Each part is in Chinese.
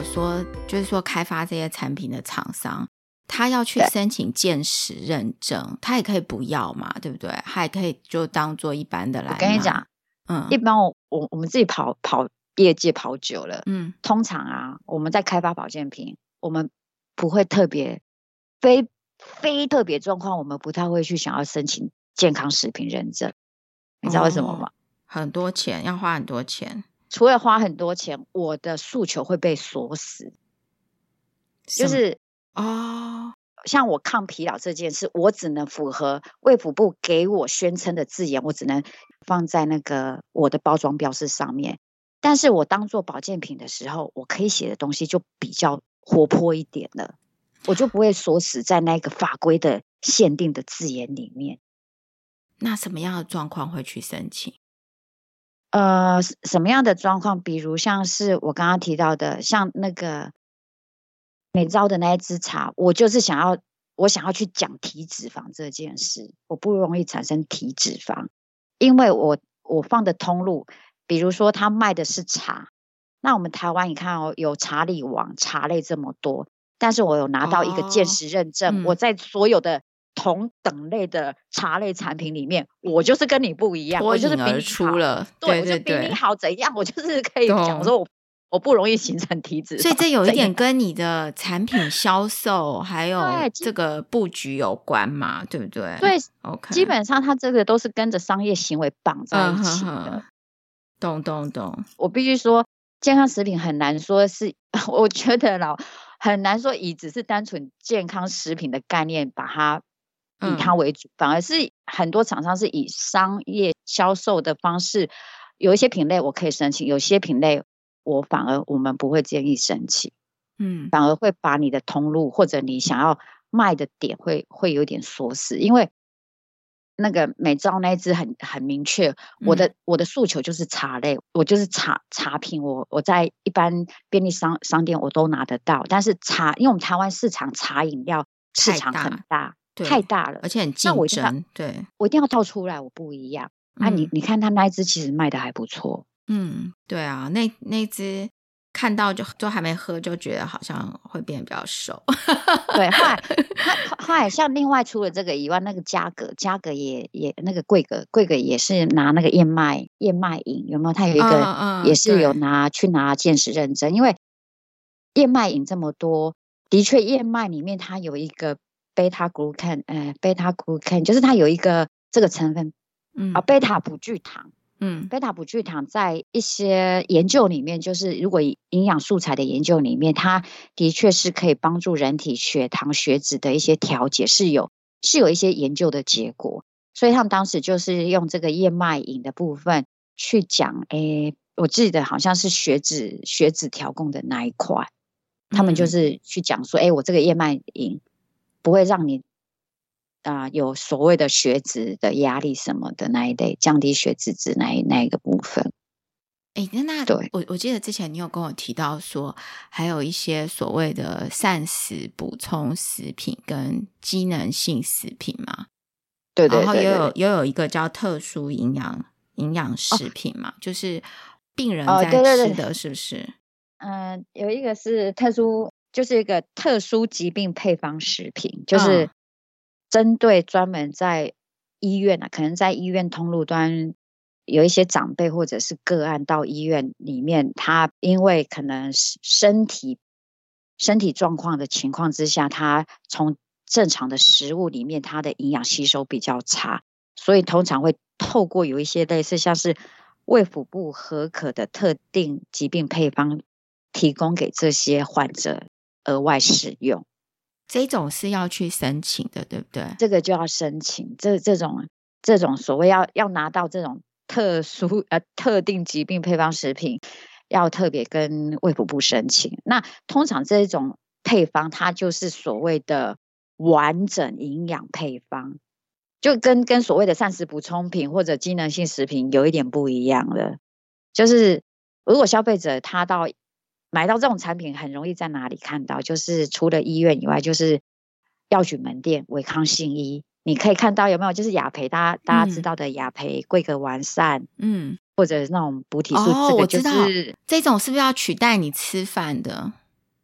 果说就是说开发这些产品的厂商，他要去申请健食认证，他也可以不要嘛，对不对？他也可以就当做一般的来买。 我跟你讲，一般我们自己跑业界跑久了，通常啊，我们在开发保健品，我们不会特别非特别状况，我们不太会去想要申请健康食品认证。你知道为什么吗？ 很多钱，要花很多钱。 除了花很多钱，我的诉求会被锁死。就是像我抗疲劳这件事，我只能符合卫福部给我宣称的字眼，我只能放在那个我的包装标示上面。但是我当做保健品的时候，我可以写的东西就比较活泼一点了，我就不会锁死在那个法规的限定的字眼里面。 那什么样的状况会去申请？ 什么样的状况？比如像是我刚刚提到的，像那个美招的那一支茶，我就是想要去讲体脂肪这件事，我不容易产生体脂肪，因为我放的通路，比如说他卖的是茶，那我们台湾你看有茶里王茶类这么多，但是我有拿到一个健食认证，我在所有的同等类的茶类产品里面，我就是跟你不一样， 脱颖而出了。 对，我就比你好怎样，我就是可以讲说我不容易形成体脂肪。 所以这有一点跟你的产品销售还有这个布局有关嘛，对不对？ 对， OK， 基本上它这个都是跟着商业行为绑在一起的。 懂。 我必须说，健康食品很难说是，我觉得很难说以只是单纯健康食品的概念以它为主，反而是很多厂商是以商业销售的方式，有一些品类我可以申请，有些品类我们不会建议申请，反而会把你的通路或者你想要卖的点会有点缩死，因为那个美招那一支很明确，我的诉求就是茶类，我就是茶品，我在一般便利商店我都拿得到，但是因为我们台湾市场茶饮料市场很大。太大了， 而且很竞争，对， 我一定要套出来，我不一样。你看他那一支其实卖的还不错。 对啊，那支看到就还没喝就觉得好像会变得比较瘦。 对，后来像另外除了这个以外，那个嘉格也那个贵格也是拿那个燕麦饮，有没有？他有一个也是有去拿健食认证，因为燕麦饮这么多，的确燕麦里面它有一个贝塔谷氨就是它有一个这个成分，贝塔补聚糖，贝塔补聚糖在一些研究里面，就是如果营养素材的研究里面，它的确是可以帮助人体血糖、血脂的一些调节，是有一些研究的结果。所以他们当时就是用这个燕麦饮的部分去讲，我记得好像是血脂调控的那一块，他们就是去讲说，我这个燕麦饮不会让你有所谓的血脂的压力什么的那一类，降低血脂值那一个部分。 那对， 我记得之前你有跟我提到说，还有一些所谓的膳食补充食品跟机能性食品嘛？ 对， 然后也有一个叫特殊营养食品嘛，就是病人在吃的，是不是？ 有一个是就是一个特殊疾病配方食品，就是针对专门在医院可能在医院通路端有一些长辈或者是个案到医院里面，他因为可能身体状况的情况之下，他从正常的食物里面他的营养吸收比较差，所以通常会透过有一些类似像是卫福部核可的特定疾病配方提供给这些患者额外使用。 这种是要去申请的，对不对？ 这个就要申请，这种所谓要拿到这种特定疾病配方食品，要特别跟卫福部申请。那通常这种配方它就是所谓的完整营养配方，就跟所谓的膳食补充品或者机能性食品有一点不一样了。就是如果消费者他买到这种产品，很容易在哪里看到？就是除了医院以外，就是药局门店、维康信医，你可以看到有没有？就是雅培，大家知道的雅培、贵格完善，或者那种补体素，这个就是我知道这种是不是要取代你吃饭的？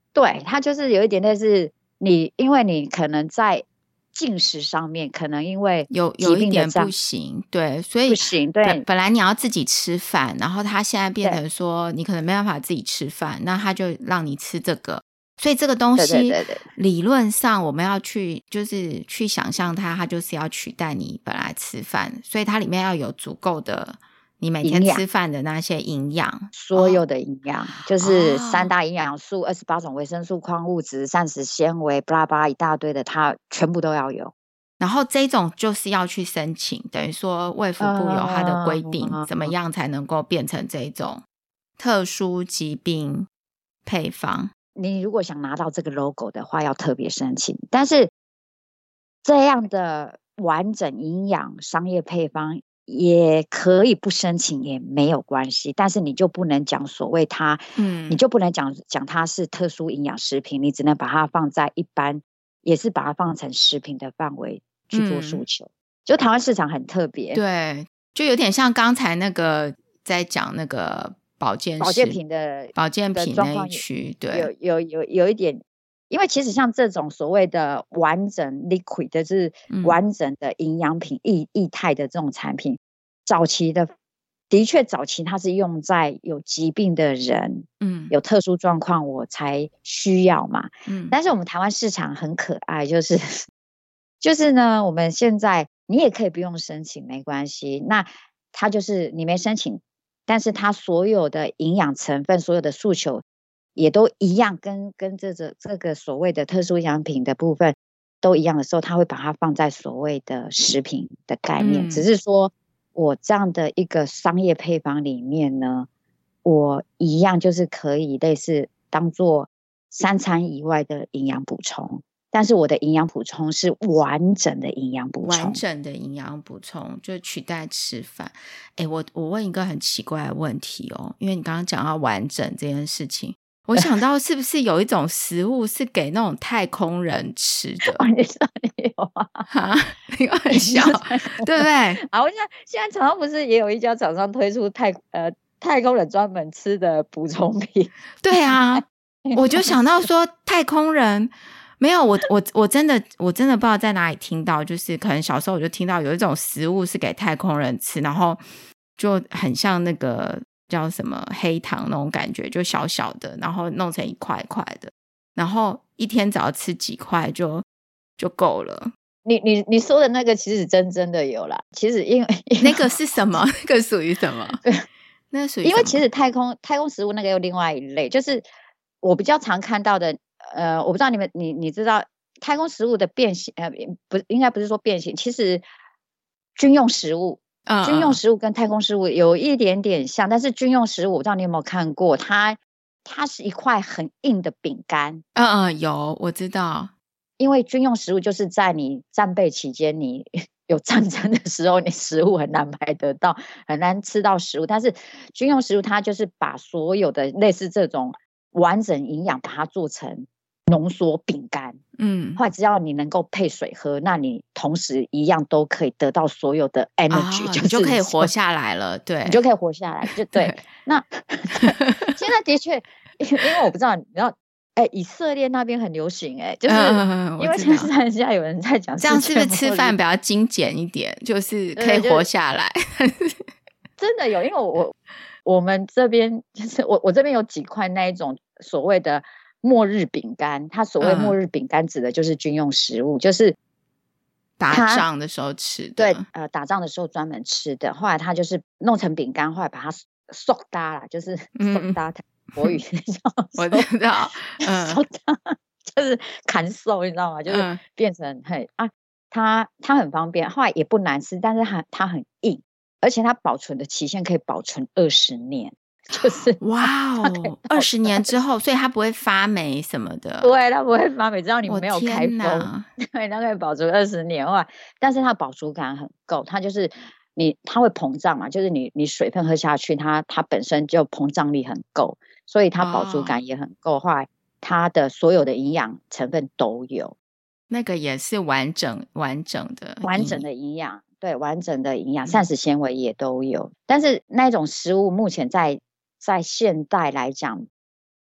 对，它就是有一点类似你，因为你可能在进食上面可能因为有一点不行，对，所以不行，对， 本来你要自己吃饭，然后他现在变成说你可能没办法自己吃饭，那他就让你吃这个，所以这个东西理论上我们要去就是去想象它就是要取代你本来吃饭，所以它里面要有足够的你每天吃饭的那些营养， 所有的营养，就是3大营养素、28种维生素、矿物质、膳食纤维，巴拉巴拉一大堆的，它全部都要有。 然后这种就是要去申请，等于说卫福部有它的规定，怎么样才能够变成这种特殊疾病配方。 你如果想拿到这个 logo 的话，要特别申请。但是这样的完整营养商业配方也可以不申请也没有关系，但是你就不能讲所谓它，你就不能讲它是特殊营养食品，你只能把它放在一般，也是把它放成食品的范围去做诉求。就台湾市场很特别， 对，就有点像刚才那个在讲那个保健品的那一区，对， 有一点。因为其实像这种所谓的完整 liquid 就是完整的营养品液态的这种产品，的确早期它是用在有疾病的人，有特殊状况我才需要嘛，但是我们台湾市场很可爱，就是呢，我们现在你也可以不用申请没关系，那它就是你没申请，但是它所有的营养成分所有的诉求也都一样，跟这个所谓的特殊营养品的部分都一样的时候，他会把它放在所谓的食品的概念，只是说我这样的一个商业配方里面呢，我一样就是可以类似当做3餐以外的营养补充，但是我的营养补充是完整的营养补充， 完整的营养补充就取代吃饭。我问一个很奇怪的问题哦，因为你刚刚讲到完整这件事情，我想到是不是有一种食物是给那种太空人吃的？ 你说你有啊？ 你很笑，对不对？ 啊，我现在厂商不是也有一家厂商推出太空人专门吃的补充品？ 对啊，我就想到说太空人没有，我真的不知道在哪里听到，就是可能小时候我就听到有一种食物是给太空人吃，然后就很像那个叫什么黑糖那种感觉，就小小的，然后弄成一块一块的，然后一天只要吃几块就够了。 你说的那个其实真的有啦，其实因为那个是什么？那个属于什么？那属于因为其实太空食物那个有另外一类，就是我比较常看到的，我不知道你知道太空食物的变形，不应该不是说变形，其实军用食物。军用食物跟太空食物有一点点像，但是军用食物我不知道你有没有看过，它是一块很硬的饼干。 有，我知道。 因为军用食物就是在你战备期间，你有战争的时候，你食物很难买得到，很难吃到食物。但是军用食物它就是把所有的类似这种完整营养把它做成浓缩饼干，后来只要你能够配水喝，那你同时一样都可以得到所有的 energy， 你就可以活下来了。对， 你就可以活下来，就对。那现在的确，因为我不知道，你知道，以色列那边很流行，就是因为现在有人在讲， 这样是不是吃饭比较精简一点，就是可以活下来？ 真的有，因为我们这边就是我这边有几块那一种所谓的末日饼干，它所谓末日饼干指的就是军用食物，就是打仗的时候吃的。 对，打仗的时候专门吃的。后来它就是弄成饼干，后来把它塑搭啦，就是塑搭，国语叫我知道， 塑搭就是砍瘦，你知道吗？就是变成它很方便，后来也不难吃，但是它很硬，而且它保存的期限可以保存20年。就是哇哦，20年之后，所以它不会发霉什么的。 对，它不会发霉，只要你没有开封，对，它可以保存20年哇！但是它饱足感很够，它就是它会膨胀嘛，就是你水分喝下去，它本身就膨胀力很够，所以它饱足感也很够，后来它的所有的营养成分都有。 那个也是完整的营养，对，完整的营养，膳食纤维也都有。但是那种食物目前在现代来讲，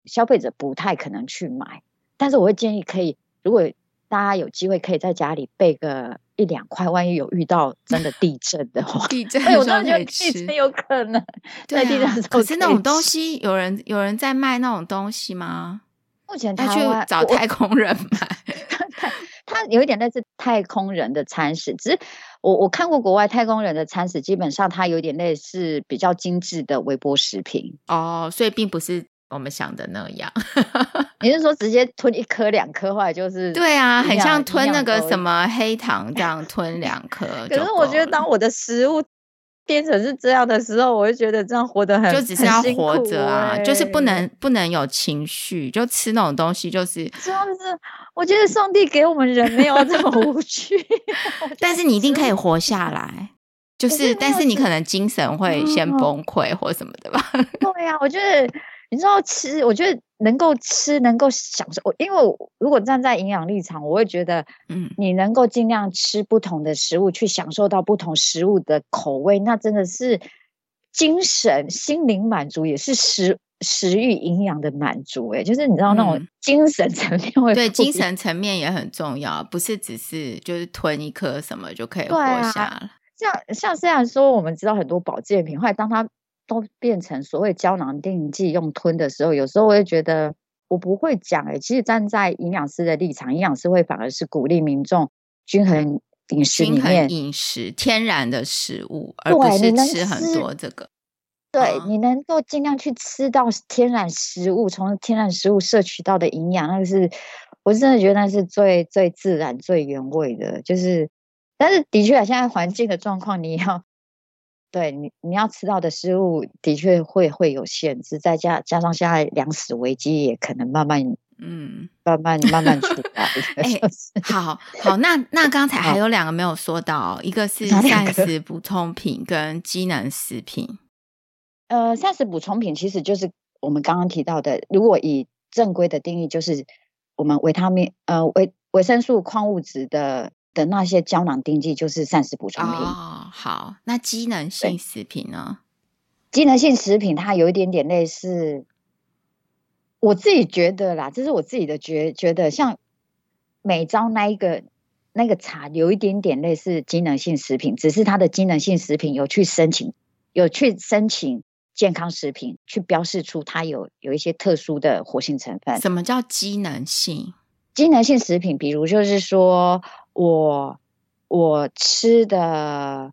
消费者不太可能去买。但是我会建议可以，如果大家有机会可以在家里备个1-2块，万一有遇到真的地震的话， 地震的时候可以吃， 地震有可能。 对地震的时候可是那种东西有人在卖那种东西吗？ 目前他去找太空人买它有一点类似太空人的餐食，只是我看过国外太空人的餐食，基本上它有点类似比较精致的微波食品哦，所以并不是我们想的那样。 你是说直接吞1颗2颗，后来就是对啊，很像吞那个什么黑糖这样吞2颗可是我觉得当我的食物变成是这样的时候，我就觉得这样活得很就只是要活着啊， 就是不能有情绪，就吃那种东西就是我觉得上帝给我们人没有这么无趣但是你一定可以活下来，就是但是你可能精神会先崩溃或什么的吧。 对啊，我觉得你知道吃，我觉得能够吃能够享受，因为如果站在营养立场，我会觉得你能够尽量吃不同的食物，去享受到不同食物的口味，那真的是精神心灵满足，也是食欲营养的满足。就是你知道那种精神层面会对，精神层面也很重要，不是只是就是吞一颗什么就可以活下来。 像虽然说我们知道很多保健品，后来当它都变成所谓胶囊定剂用吞的时候，有时候我会觉得我不会讲其实站在营养师的立场，营养师会反而是鼓励民众均衡饮食里面， 均衡饮食天然的食物，而不是吃很多这个。 对，你能够尽量去吃到天然食物，从天然食物摄取到的营养，那个是我真的觉得那是最最自然最原味的。就是但是的确现在环境的状况，你要吃到的食物的确会有限制，再加上现在粮食危机也可能慢慢出来好，那刚才还有2个没有说到，一个是膳食补充品跟机能食品。 膳食补充品其实就是我们刚刚提到的，如果以正规的定义，就是我们维他命维生素矿物质的那些胶囊定剂，就是膳食补充品。 好，那机能性食品呢？ 机能性食品它有一点点类似，我自己觉得啦，这是我自己的觉得，像美招那个茶有一点点类似机能性食品，只是它的机能性食品有去申请健康食品，去标示出它有一些特殊的活性成分。 什么叫机能性？ 机能性食品，比如就是说我吃的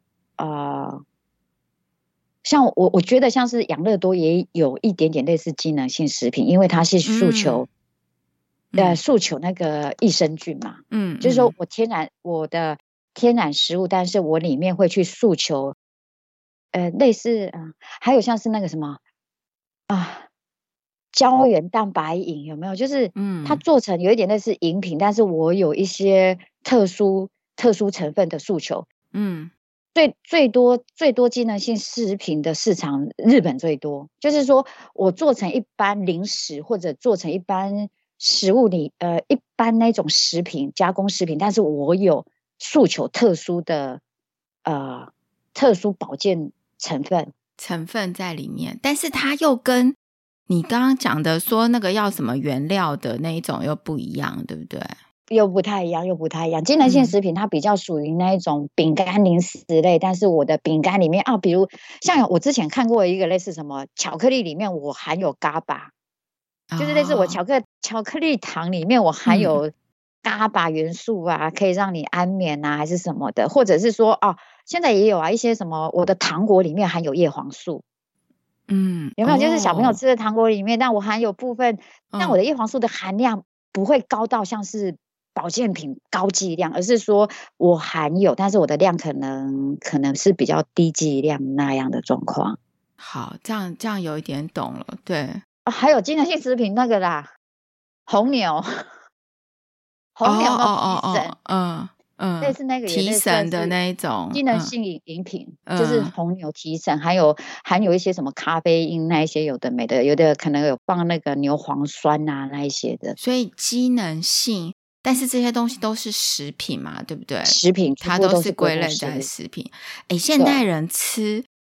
像我觉得像是养乐多也有一点点类似机能性食品，因为它是诉求那个益生菌嘛。就是说我的天然食物，但是我里面会去诉求类似还有像是那个什么胶原蛋白饮有没有？就是它做成有一点类似饮品，但是我有一些特殊成分的诉求。最多机能性食品的市场，日本最多。就是说我做成一般零食或者做成一般食物里一般那种食品加工食品，但是我有诉求特殊的特殊保健成分在里面，但是它又跟你刚刚讲的说那个要什么原料的那一种又不一样，对不对？ 又不太一样。机能性食品它比较属于那一种饼干零食类，但是我的饼干里面比如像我之前看过一个类似什么巧克力里面我含有GABA，就是类似我巧克力糖里面我含有GABA元素可以让你安眠还是什么的，或者是说现在也有一些什么我的糖果里面含有叶黄素。有没有？就是小朋友吃的糖果里面，但我含有部分，但我的叶黄素的含量不会高到像是保健品高剂量，而是说我含有，但是我的量可能是比较低剂量那样的状况。 好，这样有一点懂了。对还有机能性食品那个啦，红牛类似那个提神的那一种机能性饮品，就是红牛提神，还有含有一些什么咖啡因那一些有的没的，有的可能有放那个牛磺酸那一些的。 所以机能性，但是这些东西都是食品嘛，对不对？ 食品它都是归类在食品。现代人吃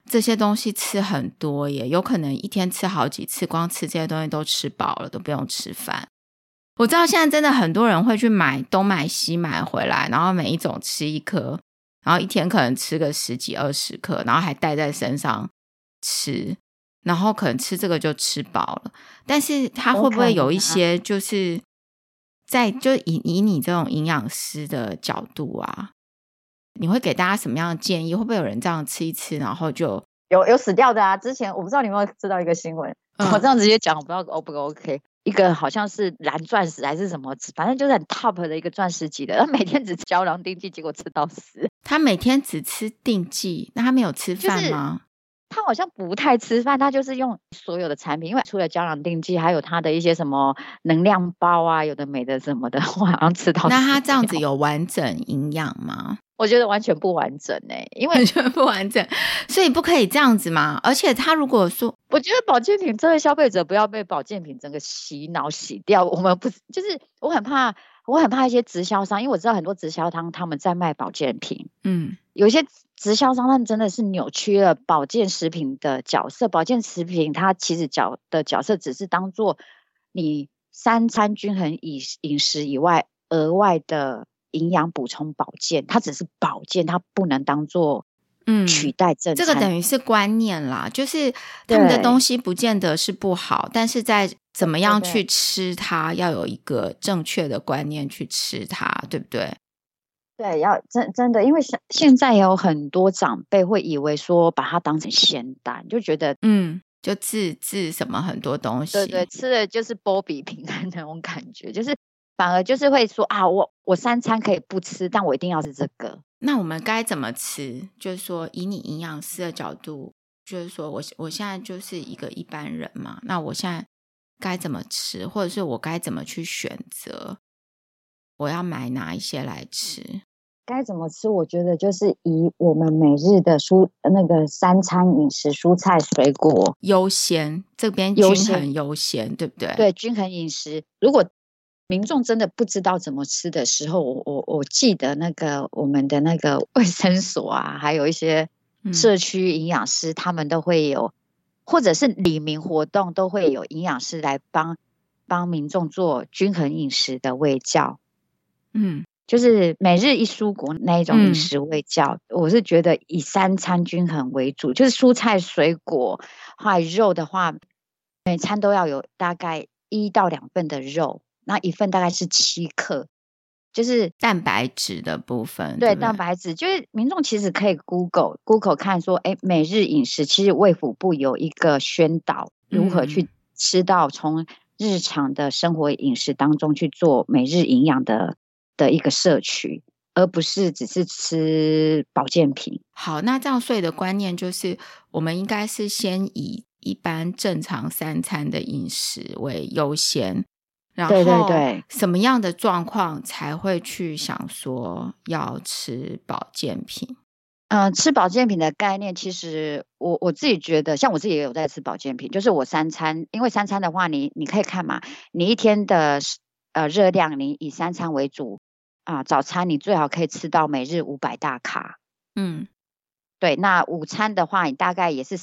这些东西吃很多耶，有可能一天吃好几次，光吃这些东西都吃饱了，都不用吃饭。我知道现在真的很多人会去买东买西买回来，然后每一种吃一颗，然后一天可能吃个10几20颗，然后还带在身上吃，然后可能吃这个就吃饱了。但是他会不会有一些就是就以你这种营养师的角度啊，你会给大家什么样的建议？会不会有人这样吃一吃然后就有死掉的啊？之前我不知道你有没有知道一个新闻，我这样直接讲我不知道 O 不 OK， 一个好像是蓝钻石还是什么，反正就是很 top 的一个钻石级的，他每天只吃胶囊定剂，结果吃到死。 他每天只吃定剂，那他没有吃饭吗？ 他好像不太吃饭，他就是用所有的产品，因为除了胶囊定剂还有他的一些什么能量包啊，有的没的什么的，我好像吃到死。 那他这样子有完整营养吗？ 我觉得完全不完整因为完全不完整，所以不可以这样子嘛。而且他如果说， 我觉得保健品这位消费者不要被保健品整个洗脑洗掉。我们不就是我很怕一些直销商，因为我知道很多直销商他们在卖保健品，有一些直销商他们真的是扭曲了保健食品的角色。保健食品它其实的角色只是当做你3餐均衡饮食以外额外的营养补充保健，它只是保健，它不能当做取代正餐。 这个等于是观念啦，就是他们的东西不见得是不好，但是在怎么样去吃它，要有一个正确的观念去吃它，对不对？ 对，要真的，因为现在有很多长辈会以为说把它当成仙丹，就觉得就治什么很多东西， 对，吃的就是波比平安那种感觉，就是反而就是会说啊，我3餐可以不吃，但我一定要吃这个。 那我们该怎么吃？就是说以你营养师的角度，就是说我现在就是一个一般人嘛，那我现在该怎么吃，或者是我该怎么去选择我要买哪一些来吃？ 该怎么吃？我觉得就是以我们每日的那个3餐饮食，蔬菜水果优先，这边均衡优先，对不对？ 对，均衡饮食。如果民众真的不知道怎么吃的时候，我记得那个我们的那个卫生所啊，还有一些社区营养师，他们都会有，或者是里民活动都会有营养师来帮民众做均衡饮食的卫教。就是每日一蔬果那一种饮食卫教，我是觉得以3餐均衡为主，就是蔬菜水果还有肉的话，每餐都要有大概1到2份的肉，那1份大概是7克，就是蛋白质的部分。 对，蛋白质就是民众其实可以 Google 看说，每日饮食其实卫福部有一个宣导如何去吃到从日常的生活饮食当中去做每日营养的一个摄取，而不是只是吃保健品。 好，那这样所以的观念就是我们应该是先以一般正常3餐的饮食为优先，然后什么样的状况才会去想说要吃保健品？ 吃保健品的概念，其实我自己觉得，像我自己也有在吃保健品，就是我3餐，因为3餐的话你可以看嘛，你一天的热量你以3餐为主早餐你最好可以吃到每日500大卡，对，那午餐的话你大概也是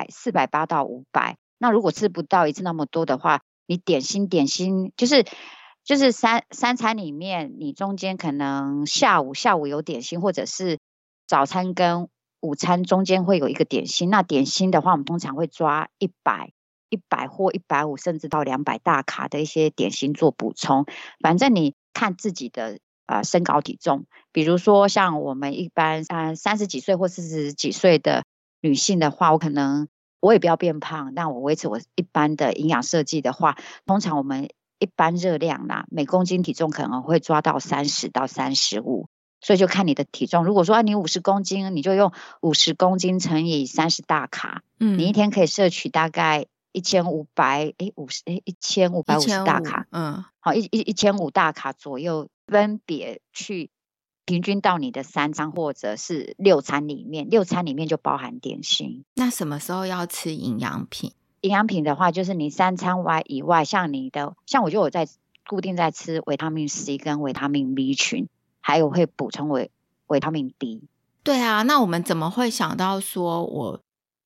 480到500，那如果吃不到一次那么多的话，你点心就是三餐里面，你中间可能下午有点心，或者是早餐跟午餐中间会有一个点心。那点心的话，我们通常会抓100或150甚至到200大卡的一些点心做补充。反正你看自己的身高体重，比如说像我们一般30几岁或40几岁的女性的话，我也不要变胖，但我维持我一般的营养设计的话，通常我们一般热量啦，每公斤体重可能会抓到30到35，所以就看你的体重。如果说你50公斤，你就用50公斤乘以30大卡，你一天可以摄取大概1550大卡，好，1500大卡左右，分别去平均到你的3餐或者是6餐里面，6餐里面就包含点心。 那什么时候要吃营养品？ 营养品的话，就是你3餐以外，像我就有在固定在吃维他命 C 跟维他命 B 群，还有会补充维他命 D。 对啊，那我们怎么会想到说我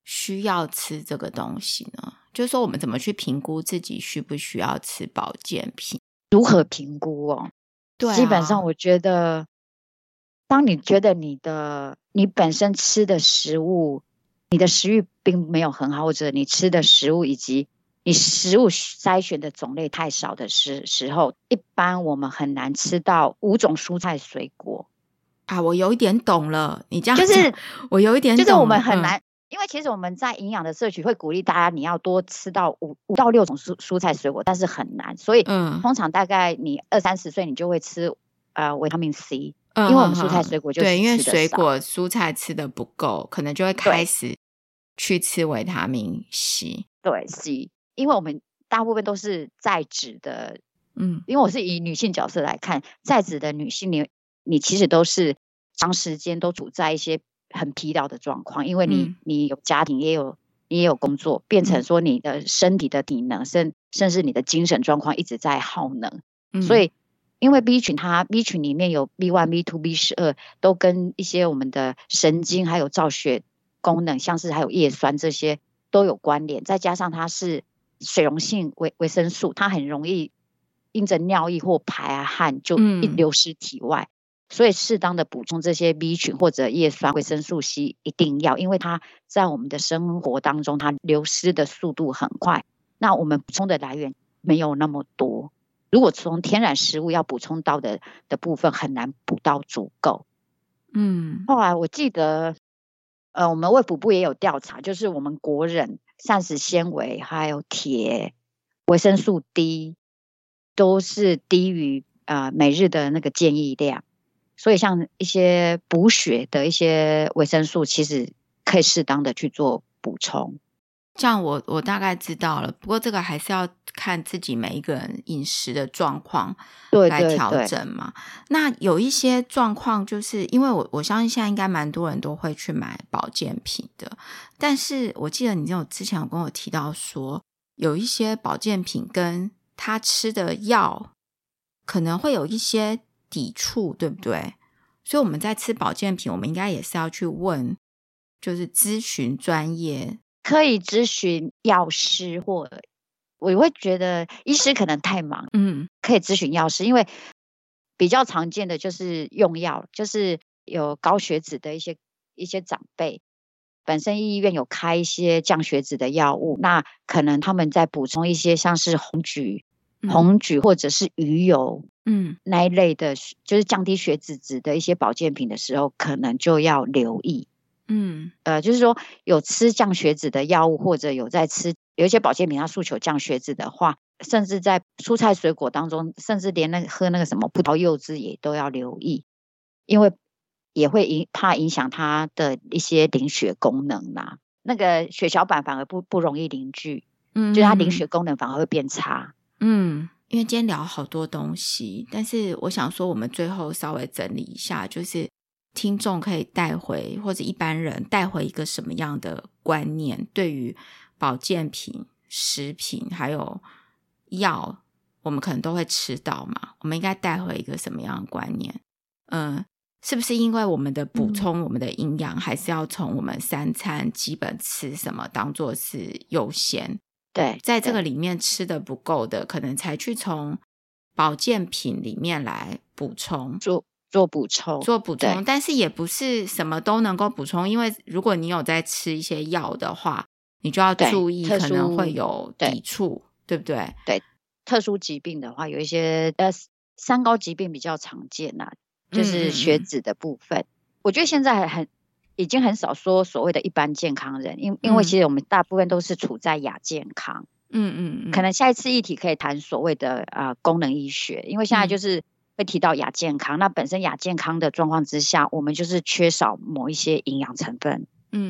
需要吃这个东西呢？就是说我们怎么去评估自己需不需要吃保健品？ 如何评估哦？ 对基本上我觉得当你觉得你本身吃的食物你的食欲并没有很好，或者你吃的食物以及你食物筛选的种类太少的时候，一般我们很难吃到5种蔬菜水果啊。我有一点懂了，你这样就是我有一点懂了， 就是我们很难因为其实我们在营养的摄取会鼓励大家你要多吃到5到6种蔬菜水果，但是很难，所以通常大概你20-30岁你就会吃维他命 C，因为我们蔬菜水果就是对，因为水果蔬菜吃的不够，可能就会开始去吃维他命 C。 对 C， 因为我们大部分都是在职的，因为我是以女性角色来看，在职的女性你其实都是长时间都处在一些很疲劳的状况，因为你有家庭，你也有工作，变成说你的身体的体能甚至你的精神状况一直在耗能，所以因为 B 群里面有 B1、B2、B12 都跟一些我们的神经还有造血功能，像是还有叶酸这些都有关联，再加上它是水溶性维生素，它很容易因着尿液或排汗就一流失体外，所以适当的补充这些 B 群或者叶酸维生素 C 一定要，因为它在我们的生活当中它流失的速度很快，那我们补充的来源没有那么多，如果从天然食物要补充到的部分很难补到足够。后来我记得我们卫福部也有调查，就是我们国人膳食纤维还有铁维生素 D 都是低于每日的那个建议量，所以像一些补血的一些维生素其实可以适当的去做补充。 这样我大概知道了，不过这个还是要看自己每一个人饮食的状况来调整嘛。那有一些状况就是因为我相信现在应该蛮多人都会去买保健品的，但是我记得你之前有跟我提到说有一些保健品跟他吃的药可能会有一些抵触，对不对？所以我们在吃保健品我们应该也是要去问，就是咨询专业， 可以咨询药师，或我会觉得医师可能太忙，可以咨询药师，因为比较常见的就是用药，就是有高血脂的一些长辈本身医院有开一些降血脂的药物，那可能他们在补充一些像是红菊或者是鱼油那一类的就是降低血脂值的一些保健品的时候，可能就要留意。就是说有吃降血脂的药物，或者有在吃有一些保健品它诉求降血脂的话，甚至在蔬菜水果当中，甚至连喝那个什么葡萄柚汁也都要留意，因为也会怕影响它的一些凝血功能啦。那个血小板反而不容易凝聚，就是它凝血功能反而会变差。 因为今天聊好多东西，但是我想说我们最后稍微整理一下，就是听众可以带回，或者一般人带回一个什么样的观念，对于保健品、食品还有药我们可能都会吃到嘛，我们应该带回一个什么样的观念？是不是因为我们的补充我们的营养还是要从我们3餐基本吃什么当作是优先？ 对， 在这个里面吃的不够的，可能才去从保健品里面来补充， 做补充， 但是也不是什么都能够补充，因为如果你有在吃一些药的话，你就要注意可能会有抵触， 对不对？ 对，特殊疾病的话有一些三高疾病比较常见啦，就是血脂的部分。我觉得现在已经很少说所谓的一般健康人，因为其实我们大部分都是处在亚健康。可能下一次议题可以谈所谓的功能医学，因为现在就是会提到亚健康，那本身亚健康的状况之下，我们就是缺少某一些营养成分。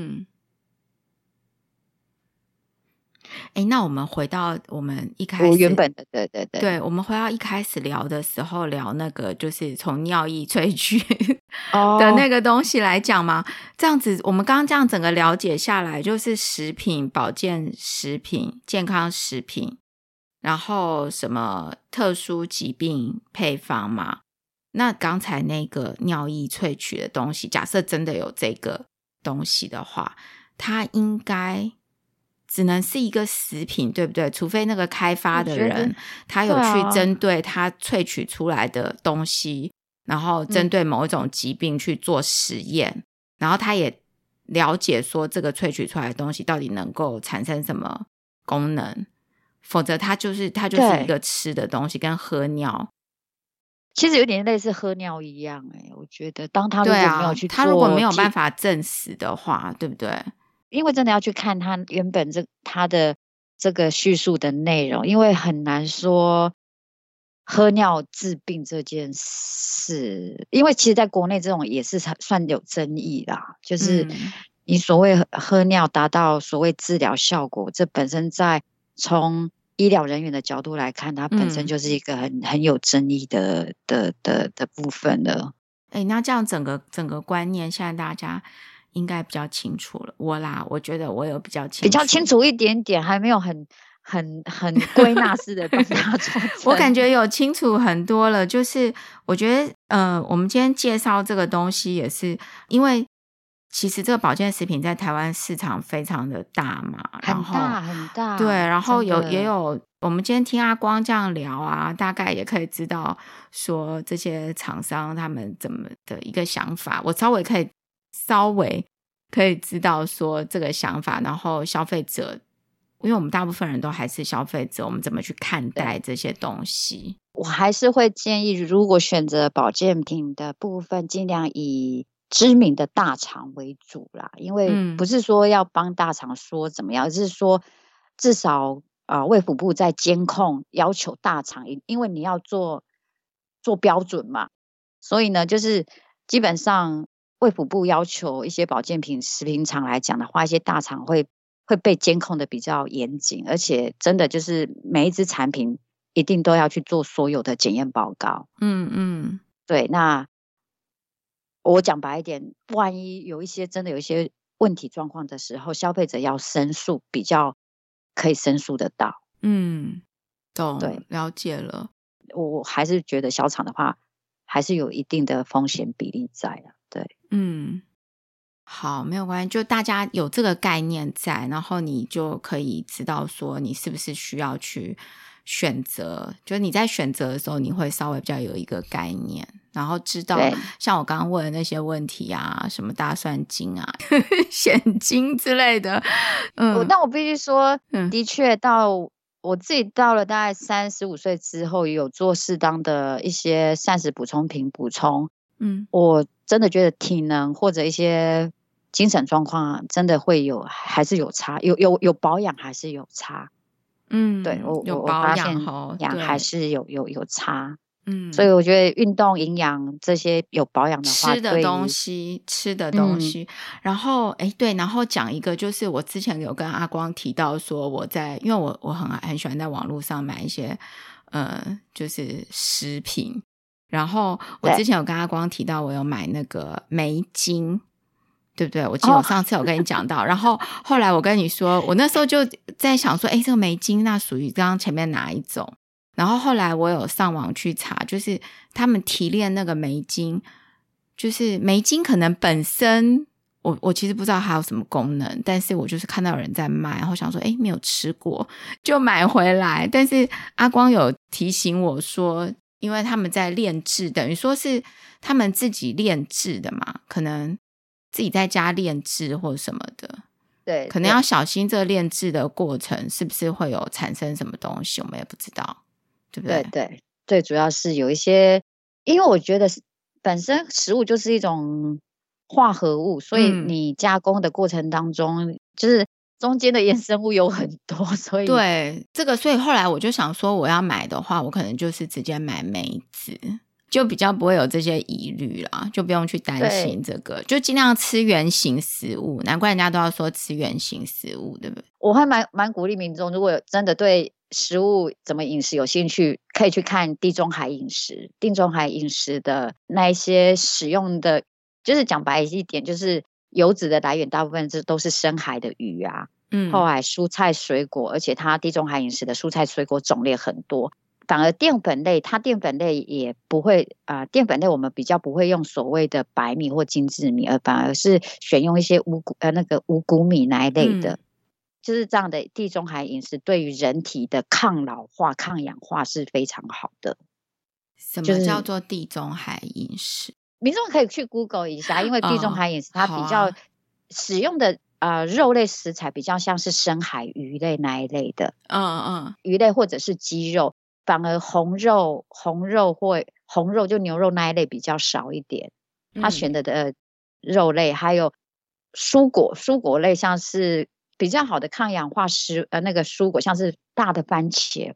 那我们回到我们一开始原本的对，我们回到一开始聊的时候，聊那个就是从尿液萃取的那个东西来讲嘛，这样子我们刚刚这样整个了解下来，就是食品、保健食品、健康食品，然后什么特殊疾病配方嘛。那刚才那个尿液萃取的东西，假设真的有这个东西的话， 它应该只能是一个食品，对不对？除非那个开发的人他有去针对他萃取出来的东西，然后针对某一种疾病去做实验，然后他也了解说这个萃取出来的东西到底能够产生什么功能，否则它就是一个吃的东西，跟喝尿其实有点类似喝尿一样。我觉得当他如果没有去做， 他如果没有办法证实的话，对不对？ 因为真的要去看他原本他的这个叙述的内容，因为很难说喝尿治病这件事，因为其实在国内这种也是算有争议啦，就是你所谓喝尿达到所谓治疗效果，这本身在从医疗人员的角度来看，它本身就是一个很有争议的部分了。 那这样整个观念现在大家应该比较清楚了。我觉得我有比较清楚一点点，还没有很归纳式的帮他做我感觉有清楚很多了。就是我觉得我们今天介绍这个东西也是因为其实这个保健食品在台湾市场非常的大嘛， 很大对，然后也有我们今天听阿光这样聊啊，大概也可以知道说这些厂商他们怎么的一个想法，我稍微可以知道说这个想法，然后消费者，因为我们大部分人都还是消费者，我们怎么去看待这些东西。 我还是会建议如果选择保健品的部分尽量以知名的大厂为主啦，因为不是说要帮大厂说怎么样，而是说至少卫福部在监控要求大厂，因为你要做标准嘛，所以呢就是基本上卫福部要求一些保健品食品厂来讲的话，一些大厂会被监控的比较严谨，而且真的就是每一支产品一定都要去做所有的检验报告。对，那我讲白一点，万一真的有一些问题状况的时候，消费者要申诉比较可以申诉得到。 懂， 对， 了解了。 我还是觉得小厂的话还是有一定的风险比例在的。对， 好，没有关系，就大家有这个概念在，然后你就可以知道说你是不是需要去选择，就是你在选择的时候你会稍微比较有一个概念，然后知道像我刚刚问的那些问题啊，什么大蒜精啊鲜精之类的。 但我必须说的确到我自己到了大概35岁之后，有做适当的一些膳食补充品补充，我真的觉得体能或者一些精神状况真的还是有差，有保养还是有差。对，我发现养还是有差。所以我觉得运动营养这些有保养的话， 吃的东西，然后对，然后讲一个就是我之前有跟阿光提到说因为我很喜欢在网络上买一些就是食品，然后我之前有跟阿光提到我有买那个梅精，对不对？我记得我上次有跟你讲到，然后后来我跟你说，我那时候就在想说，这个梅精那属于刚刚前面哪一种？然后后来我有上网去查，就是他们提炼那个梅精，就是梅精可能本身我其实不知道它有什么功能，但是我就是看到有人在卖，然后想说没有吃过就买回来。但是阿光有提醒我说，因为他们在炼制，等于说是他们自己炼制的嘛，可能自己在家炼制或什么的， 对， 可能要小心这个炼制的过程是不是会有产生什么东西，我们也不知道，对不对？ 对，最主要是有一些，因为我觉得本身食物就是一种化合物，所以你加工的过程当中，就是中间的衍生物有很多，所以对这个，所以后来我就想说，我要买的话，我可能就是直接买梅子，就比较不会有这些疑虑啦，就不用去担心这个，就尽量吃原型食物。难怪人家都要说吃原型食物，对不对？ 我还蛮鼓励民众，如果真的对食物怎么饮食有兴趣，可以去看地中海饮食。地中海饮食的那一些使用的，就是讲白一点，就是油脂的来源大部分都是深海的鱼啊，后来蔬菜水果，而且它地中海饮食的蔬菜水果种类很多。 反而淀粉类也不会淀粉类我们比较不会用所谓的白米或精制米，而反而是选用一些那个五谷米那一类的。就是这样的地中海饮食对于人体的抗老化抗氧化是非常好的。 什么叫做地中海饮食？ 民众可以去 Google 一下，因为地中海饮食它比较使用的肉类食材比较像是深海鱼类那一类的，鱼类或者是鸡肉，反而红肉就牛肉那一类比较少一点。他选的肉类还有蔬果类，像是比较好的抗氧化那个蔬果，像是大的番茄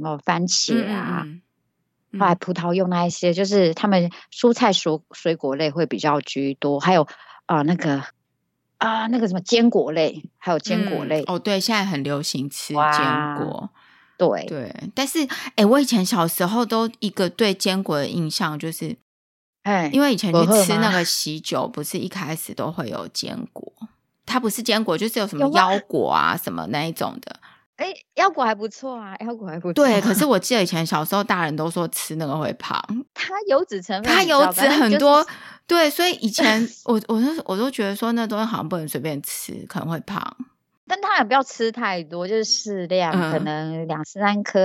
后来葡萄柚那一些，就是他们蔬菜水果类会比较居多，还有那个什么坚果类，还有坚果类。 对，现在很流行吃坚果。 对， 但是我以前小时候都一个对坚果的印象就是，因为以前去吃那个喜酒，不是一开始都会有坚果，它不是坚果就是有什么腰果什么那一种的。 腰果还不错啊，腰果还不错。 对，可是我记得以前小时候大人都说吃那个会胖， 它油脂成分， 它油脂很多。对，所以以前我都觉得说那东西好像不能随便吃，可能会胖。 但它也不要吃太多，就是适量，可能2-3颗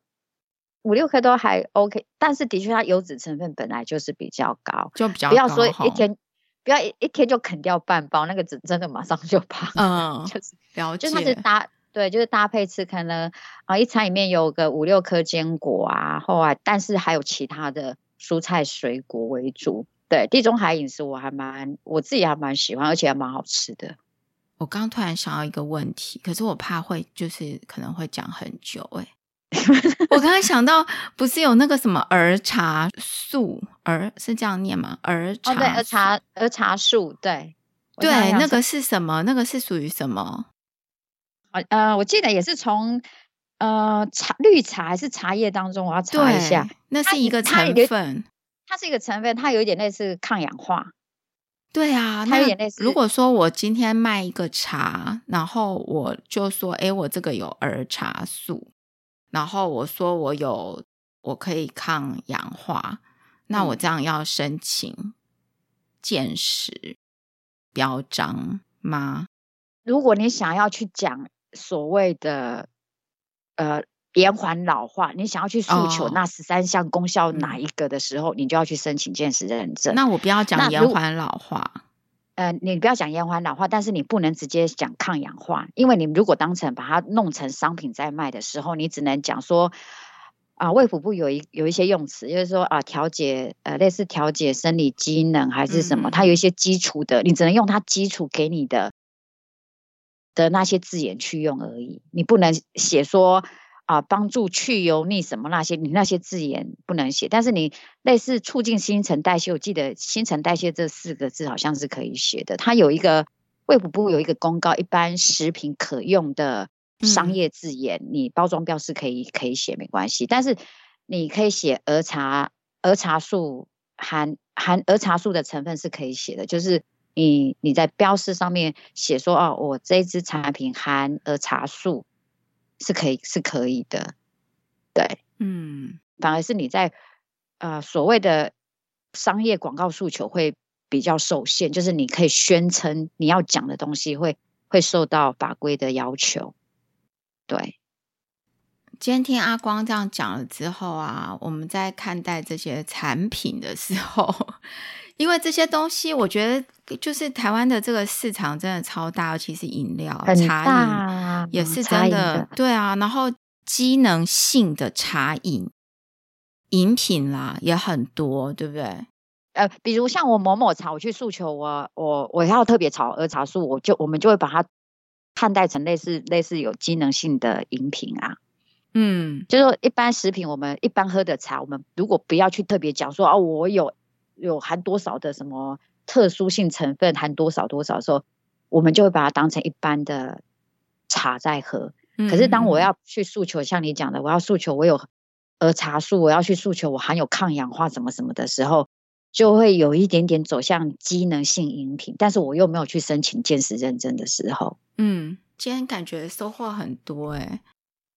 5-6颗都还 OK。但是的确它油脂成分本来就是比较高， 就比较高。 不要说不要一天就啃掉半包，那个真的马上就胖。就是了解， 就它是就是搭配吃，可能一餐里面有个5-6颗坚果后来但是还有其他的蔬菜水果为主。对，地中海饮食我自己还蛮喜欢，而且还蛮好吃的。 我刚突然想到一个问题，可是我怕就是可能会讲很久我刚才想到不是有那个什么儿茶素，是这样念吗？儿茶对，儿茶素，对， 那个是什么？那个是属于什么？ 我记得也是从绿茶还是茶叶当中，我要查一下。 那是一个成分， 它是一个成分，它有一点类似抗氧化。 对啊， 它有点类似。 如果说我今天卖一个茶，然后我就说我这个有儿茶素，然后我说我可以抗氧化，那我这样要申请健食标章吗？ 如果你想要去讲所谓的延缓老化，你想要去诉求那13项功效哪一个的时候，你就要去申请健食认证。 那我不要讲延缓老化， 你不要讲延缓老化，但是你不能直接讲抗氧化，因为你如果当成把它弄成商品在卖的时候，你只能讲说卫福部有一些用词，就是说调节类似调节生理机能还是什么，它有一些基础的，你只能用它基础给你的那些字眼去用而已，你不能写说帮助去油腻什么那些，你那些字眼不能写。但是你类似促进新陈代谢，我记得新陈代谢这4个字好像是可以写的。它有一个卫福部有一个公告，一般食品可用的商业字眼，你包装标示可以写没关系，但是你可以写儿茶素含儿茶素的成分是可以写的，就是你在标示上面写说我这一支产品含儿茶素是可以的。对，反而是你在所谓的商业广告诉求会比较受限，就是你可以宣称你要讲的东西会受到法规的要求。对， 今天听阿光这样讲了之后我们在看待这些产品的时候，因为这些东西我觉得就是台湾的这个市场真的超大，尤其是饮料茶饮也是真的。对啊，然后机能性的茶饮品啦也很多，对不对？ 比如像我某某茶，我去诉求我要特别炒儿茶素，我们就会把它看待成类似有机能性的饮品就是说一般食品我们一般喝的茶，我们如果不要去特别讲说我有含多少的什么特殊性成分，含多少的时候，我们就会把它当成一般的茶在喝。可是当我要去诉求像你讲的，我要诉求我有儿茶素，我要去诉求我含有抗氧化什么什么的时候，就会有一点点走向机能性饮品，但是我又没有去申请健食认证的时候。 今天感觉收获很多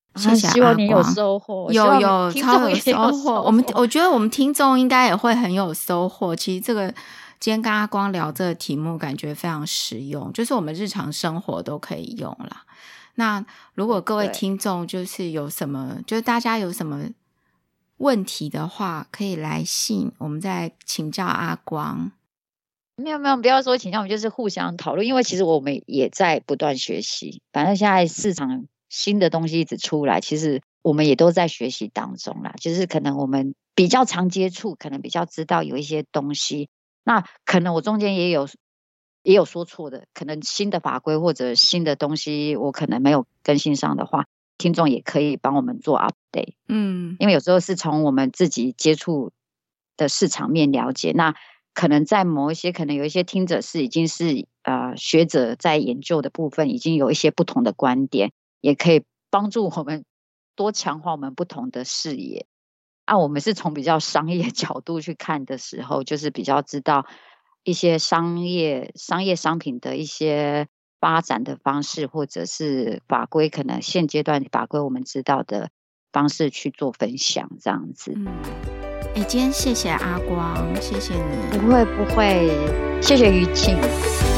谢谢阿光， 希望你有收获， 有超有收获。我觉得我们听众应该也会很有收获。其实这个今天跟阿光聊这个题目，感觉非常实用，就是我们日常生活都可以用啦。那如果各位听众就是有什么，就是大家有什么问题的话，可以来信，我们再请教阿光。 没有，不要说请教，我们就是互相讨论，因为其实我们也在不断学习。反正现在市场新的东西一直出来，其实我们也都在学习当中啦。就是可能我们比较常接触，可能比较知道有一些东西，那可能我中间也有说错的，可能新的法规或者新的东西我可能没有更新上的话，听众也可以帮我们做 update。因为有时候是从我们自己接触的市场面了解，那可能在某一些可能有一些听者是已经是学者在研究的部分已经有一些不同的观点，也可以帮助我们多强化我们不同的视野。我们是从比较商业角度去看的时候，就是比较知道一些商业商品的一些发展的方式，或者是法规，可能现阶段法规我们知道的方式去做分享，这样子。 今天谢谢阿光，谢谢你。 不会，谢谢于庆。